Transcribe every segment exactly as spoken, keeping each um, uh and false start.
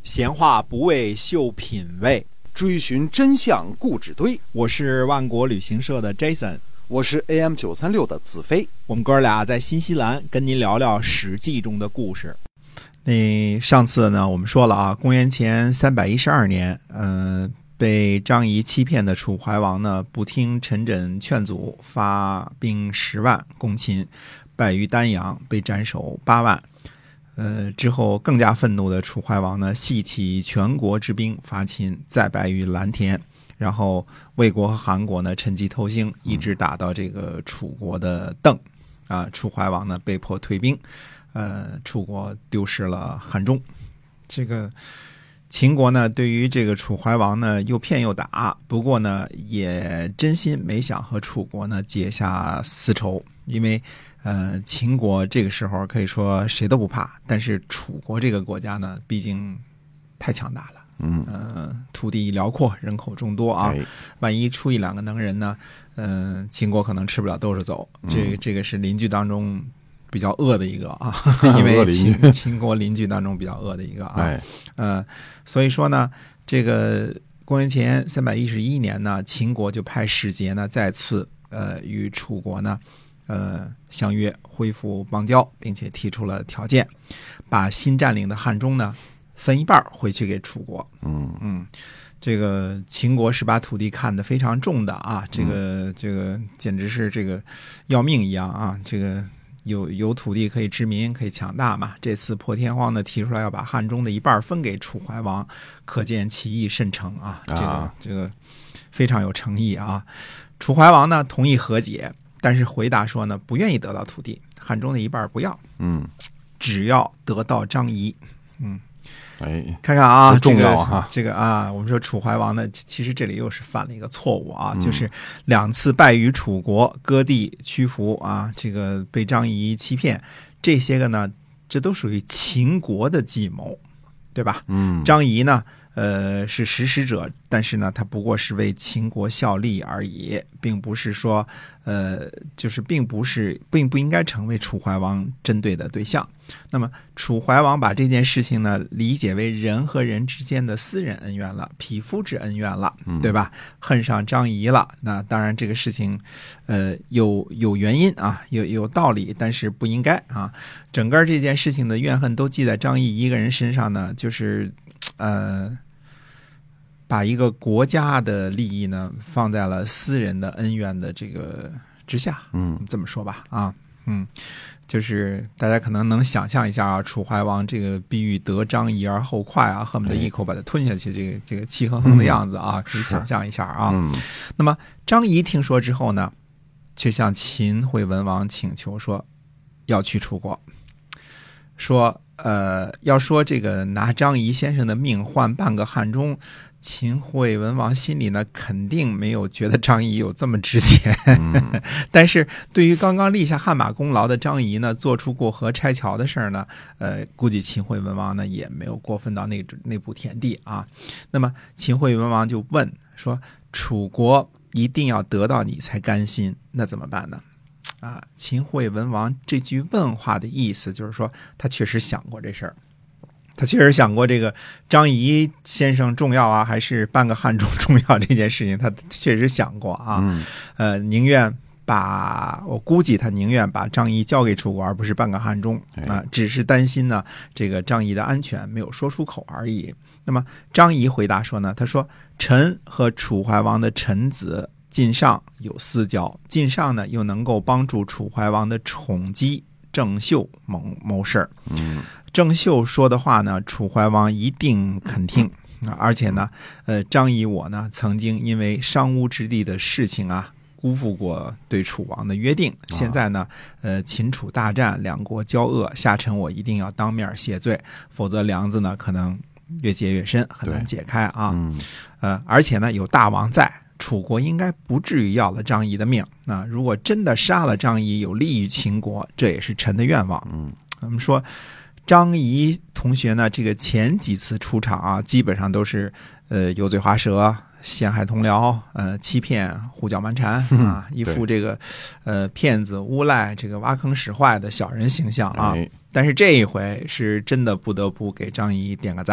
闲话不为秀品味， 追寻真相故纸堆。 我是万国旅行社的 Jason， 我是 A M 九三六 的子飞。 我们哥俩在新西兰跟您聊聊史记中的故事。那上次呢，我们说了啊，公元前三百一十二年，呃，被张仪欺骗的楚怀王呢，不听陈轸劝阻，发兵十万攻秦，败于丹阳，被斩首八万。呃，之后更加愤怒的楚怀王呢，系起全国之兵伐秦，再败于蓝田。然后魏国和韩国呢趁机偷腥，一直打到这个楚国的邓，啊，楚怀王呢被迫退兵，呃，楚国丢失了汉中。这个秦国呢对于这个楚怀王呢又骗又打，不过呢也真心没想和楚国呢结下私仇，因为呃秦国这个时候可以说谁都不怕，但是楚国这个国家呢毕竟太强大了。 嗯， 呃，土地辽阔，人口众多啊， 哎、 万一出一两个能人呢，嗯、呃，秦国可能吃不了兜着走。这个这个是邻居当中比较恶的一个啊，因为秦秦国邻居当中比较恶的一个啊， 哎、 呃，所以说呢，这个公元前三百一十一年呢，秦国就派使节呢再次呃与楚国呢呃相约恢复邦交，并且提出了条件，把新占领的汉中呢分一半回去给楚国。 嗯嗯，这个秦国是把土地看得非常重的啊，这个、 嗯、 这个简直是这个要命一样啊！这个有有土地可以殖民，可以强大嘛。这次破天荒的提出来要把汉中的一半分给楚怀王，可见其意甚诚啊！这个、啊、这个非常有诚意啊！楚怀王呢同意和解，但是回答说呢不愿意得到土地，汉中的一半不要， 嗯， 只要得到张仪。嗯。 哎， 看看啊， 重要哈、 这个，这个啊，我们说楚怀王呢，其实这里又是犯了一个错误啊， 嗯、 就是两次败于楚国，割地屈服啊，这个被张仪欺骗，这些个呢，这都属于秦国的计谋，对吧？ 嗯， 张仪呢，呃，是实施者，但是呢，他不过是为秦国效力而已，并不是说，呃，就是并不是，并不应该成为楚怀王针对的对象。那么楚怀王把这件事情呢理解为人和人之间的私人恩怨了，匹夫之恩怨了，对吧？恨上张仪了。那当然这个事情呃有有原因啊，有有道理，但是不应该啊。整个这件事情的怨恨都记在张仪一个人身上呢，就是呃把一个国家的利益呢放在了私人的恩怨的这个之下。嗯，这么说吧啊，嗯。就是大家可能能想象一下啊，楚怀王这个必欲得张仪而后快啊，恨不得一口把它吞下去，这个这个气哼哼的样子啊，可以想象一下啊。 嗯、 那么张仪听说之后呢，却向秦惠文王请求说要去楚国，说呃要说这个拿张仪先生的命换半个汉中。秦惠文王心里呢肯定没有觉得张仪有这么值钱、嗯、但是对于刚刚立下汗马功劳的张仪呢，做出过河拆桥的事儿呢，呃，估计秦惠文王呢也没有过分到那那步田地啊。那么秦惠文王就问说，楚国一定要得到你才甘心，那怎么办呢？啊，秦惠文王这句问话的意思就是说，他确实想过这事儿。他确实想过这个张仪先生重要啊，还是半个汉中重要这件事情，他确实想过啊。 嗯、 呃，宁愿把我估计他宁愿把张仪交给楚国，而不是半个汉中啊、呃，只是担心呢这个张仪的安全，没有说出口而已。那么张仪回答说呢，他说臣和楚怀王的臣子晋上有私交，晋上呢又能够帮助楚怀王的宠姬郑袖谋谋事。 嗯。 郑袖说的话呢，楚怀王一定肯听。而且呢，呃，张仪我呢，曾经因为商巫之地的事情啊，辜负过对楚王的约定。现在呢，呃，秦楚大战，两国交恶，下臣我一定要当面谢罪，否则梁子呢，可能越结越深，很难解开啊。 嗯、呃， 而且呢，有大王在，楚国应该不至于要了张仪的命。那如果真的杀了张仪，有利于秦国，这也是臣的愿望。 嗯， 我们说。张仪同学呢，这个前几次出场啊，基本上都是呃油嘴滑舌、陷害同僚、呃欺骗、胡搅蛮缠啊，一副这个呃骗子、诬赖、这个挖坑使坏的小人形象啊。但是这一回是真的不得不给张仪点个赞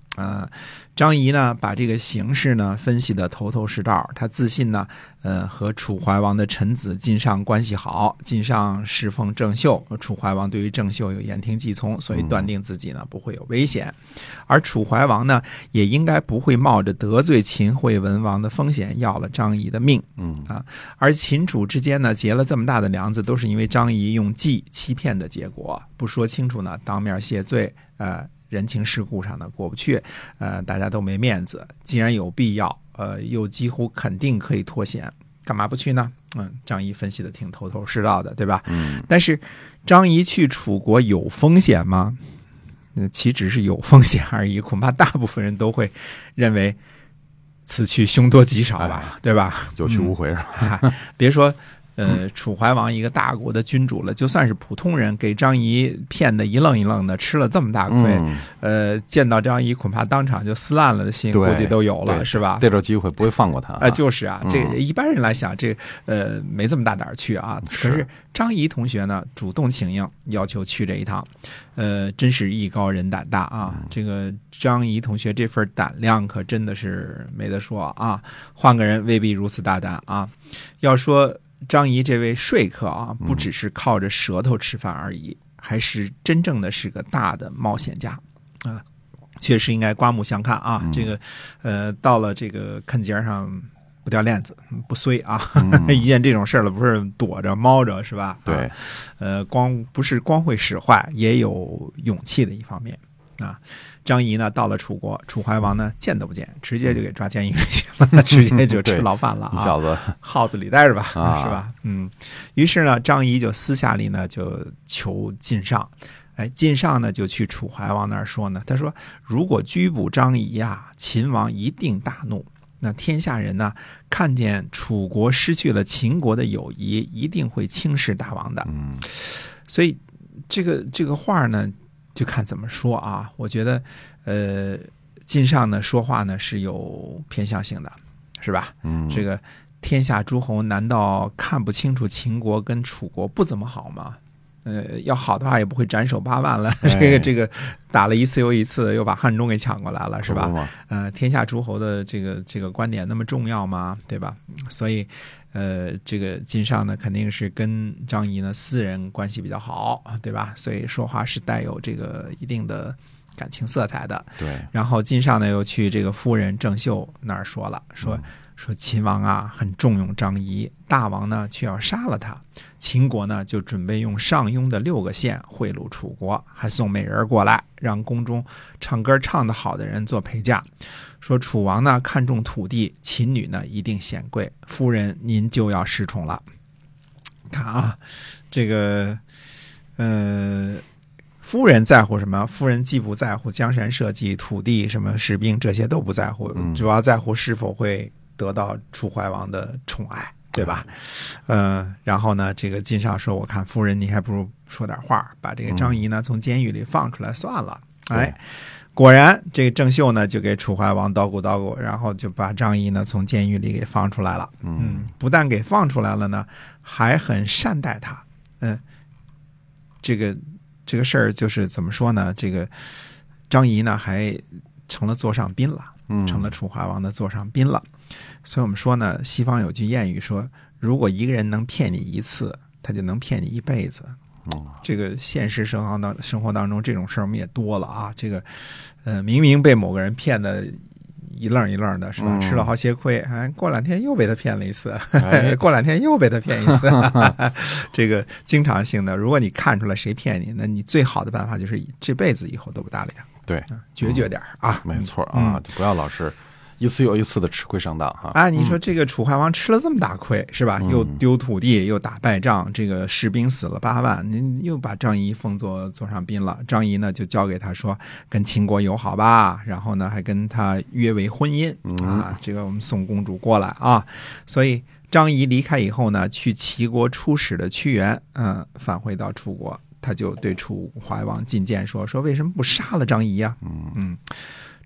呃，张仪呢把这个形势呢分析得头头是道，他自信呢，呃，和楚怀王的臣子晋上关系好，晋上侍奉郑袖，楚怀王对于郑袖有言听计从，所以断定自己呢不会有危险，而楚怀王呢也应该不会冒着得罪秦惠文王的风险要了张仪的命， 嗯啊，而秦楚之间呢结了这么大的梁子，都是因为张仪用计欺骗的结果，不说清楚呢，当面谢罪，呃。人情世故上呢过不去，呃，大家都没面子。既然有必要，呃，又几乎肯定可以脱险，干嘛不去呢？嗯，张仪分析的挺头头是道的，对吧？ 嗯。 但是张仪去楚国有风险吗？呃，岂止是有风险而已，恐怕大部分人都会认为此去凶多吉少吧， 哎、 对吧？ 有去无回是吧？ 嗯哎、别说。呃，楚怀王一个大国的君主了，就算是普通人，给张仪骗得一愣一愣的，吃了这么大亏， 嗯、 呃，见到张仪恐怕当场就撕烂了的心，估计都有了，是吧？ 逮着机会不会放过他啊、 呃！就是啊，这嗯、 一般人来想，这呃没这么大胆去啊。可是张仪同学呢，主动请缨，要求去这一趟，呃，真是艺高人胆大啊！嗯、这个张仪同学这份胆量可真的是没得说啊，换个人未必如此大胆啊。要说。张仪这位说客啊，不只是靠着舌头吃饭而已，嗯、还是真正的是个大的冒险家啊！确实应该刮目相看啊！嗯、这个，呃，到了这个坎节上不掉链子，不衰啊！嗯、一件这种事儿了，不是躲着猫着是吧？ 对， 啊、呃，光不是光会使坏，也有勇气的一方面啊。张仪呢，到了楚国，楚怀王呢见都不见，直接就给抓监狱里去了，直接就吃牢饭了啊！ 小子， 耗子里待着吧， 啊、 是吧？嗯。于是呢，张仪就私下里呢就求晋上，哎，晋上呢就去楚怀王那儿说呢，他说如果拘捕张仪呀，秦王一定大怒。那天下人呢，看见楚国失去了秦国的友谊，一定会轻视大王的。 嗯， 所以这个这个话呢。就看怎么说啊，我觉得，呃，晋上呢说话呢是有偏向性的，是吧？ 嗯， 这个天下诸侯难道看不清楚秦国跟楚国不怎么好吗？呃，要好的话也不会斩首八万了， 哎、 这个这个打了一次又一次，又把汉中给抢过来了，是吧？呃，天下诸侯的这个这个观点那么重要吗？对吧？所以。呃，这个晋上呢，肯定是跟张仪呢私人关系比较好，对吧？所以说话是带有这个一定的感情色彩的。 对。 然后晋上呢又去这个夫人郑袖那儿说了，说、嗯、说秦王啊很重用张仪，大王呢却要杀了他，秦国呢就准备用上庸的六个县贿赂楚国，还送美人过来，让宫中唱歌唱得好的人做陪嫁。说楚王呢看重土地，秦女呢一定显贵，夫人您就要失宠了。看啊，这个呃，夫人在乎什么？夫人既不在乎江山社稷、土地、什么士兵，这些都不在乎，主要在乎是否会得到楚怀王的宠爱，对吧？呃，然后呢，这个晋上说：“我看夫人，你还不如说点话，把这个张仪呢从监狱里放出来算了。”哎。果然，这个郑袖呢就给楚怀王叨咕叨咕，然后就把张仪呢从监狱里给放出来了。嗯，不但给放出来了呢，还很善待他。嗯，这个这个事儿就是怎么说呢？这个张仪呢还成了座上宾了，成了楚怀王的座上宾了。所以我们说呢，西方有句谚语说，如果一个人能骗你一次，他就能骗你一辈子。这个现实生活当生活当中这种事儿我们也多了啊，这个呃明明被某个人骗的一愣一愣的是吧，吃了好些亏，哎，过两天又被他骗了一次，哎、过两天又被他骗一次，这个经常性的。如果你看出来谁骗你，那你最好的办法就是这辈子以后都不搭理他， 对， 决绝点啊、 嗯，没错啊，嗯、就不要老是一次又一次的吃亏上当哈！ 啊，你说这个楚怀王吃了这么大亏是吧？又丢土地，又打败仗，这个士兵死了八万，您又把张仪封作座上宾了。张仪呢就交给他说，跟秦国友好吧，然后呢还跟他约为婚姻啊。这个我们送公主过来啊。所以张仪离开以后呢，去齐国出使的屈原，嗯，返回到楚国，他就对楚怀王进谏说：说为什么不杀了张仪啊？嗯。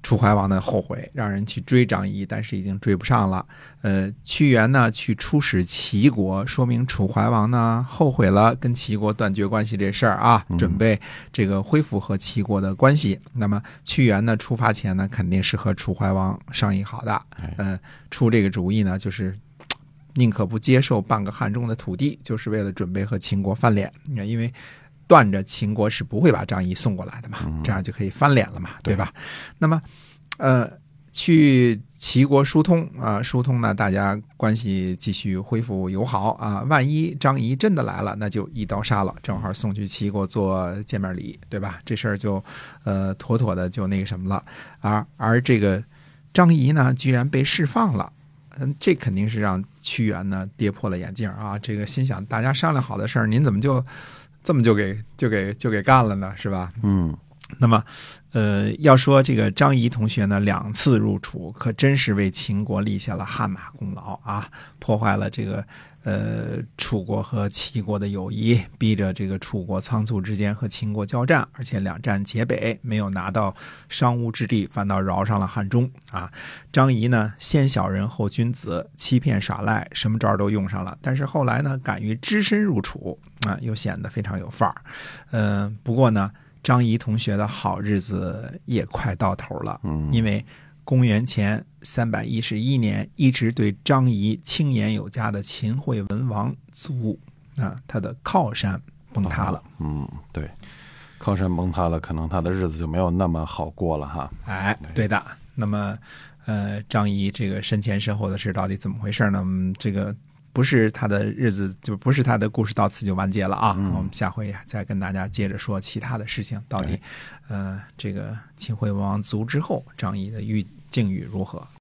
楚怀王呢后悔，让人去追张仪，但是已经追不上了。呃，屈原呢去出使齐国，说明楚怀王呢后悔了跟齐国断绝关系这事儿啊，准备这个恢复和齐国的关系。那么屈原呢出发前呢，肯定是和楚怀王商议好的，呃，出这个主意呢，就是宁可不接受半个汉中的土地，就是为了准备和秦国翻脸。因为断着秦国是不会把张仪送过来的嘛，这样就可以翻脸了嘛，对吧？那么，呃，去齐国疏通啊，疏通呢，大家关系继续恢复友好啊。万一张仪真的来了，那就一刀杀了，正好送去齐国做见面礼，对吧？这事儿就呃妥妥的就那个什么了。而而这个张仪呢，居然被释放了。嗯，这肯定是让屈原呢跌破了眼镜啊！这个心想，大家商量好的事儿，您怎么就这么就给就给就给干了呢？是吧？嗯。那么，呃，要说这个张仪同学呢，两次入楚，可真是为秦国立下了汗马功劳啊！破坏了这个呃楚国和齐国的友谊，逼着这个楚国仓促之间和秦国交战，而且两战皆北，没有拿到商务之地，反倒饶上了汉中啊！张仪呢，先小人后君子，欺骗耍赖，什么招都用上了。但是后来呢，敢于只身入楚啊，又显得非常有范儿。呃，不过呢。张仪同学的好日子也快到头了，因为公元前三百一十一年，一直对张仪轻言有加的秦惠文王族啊，他的靠山崩塌了。 嗯，对，靠山崩塌了，可能他的日子就没有那么好过了哈。 哎，对的。那么，呃，张仪这个身前身后的事到底怎么回事呢？这个。不是他的日子，就不是他的故事到此就完结了啊！嗯、我们下回再跟大家接着说其他的事情，到底，呃，这个秦惠文王卒之后，张仪的遇境遇如何？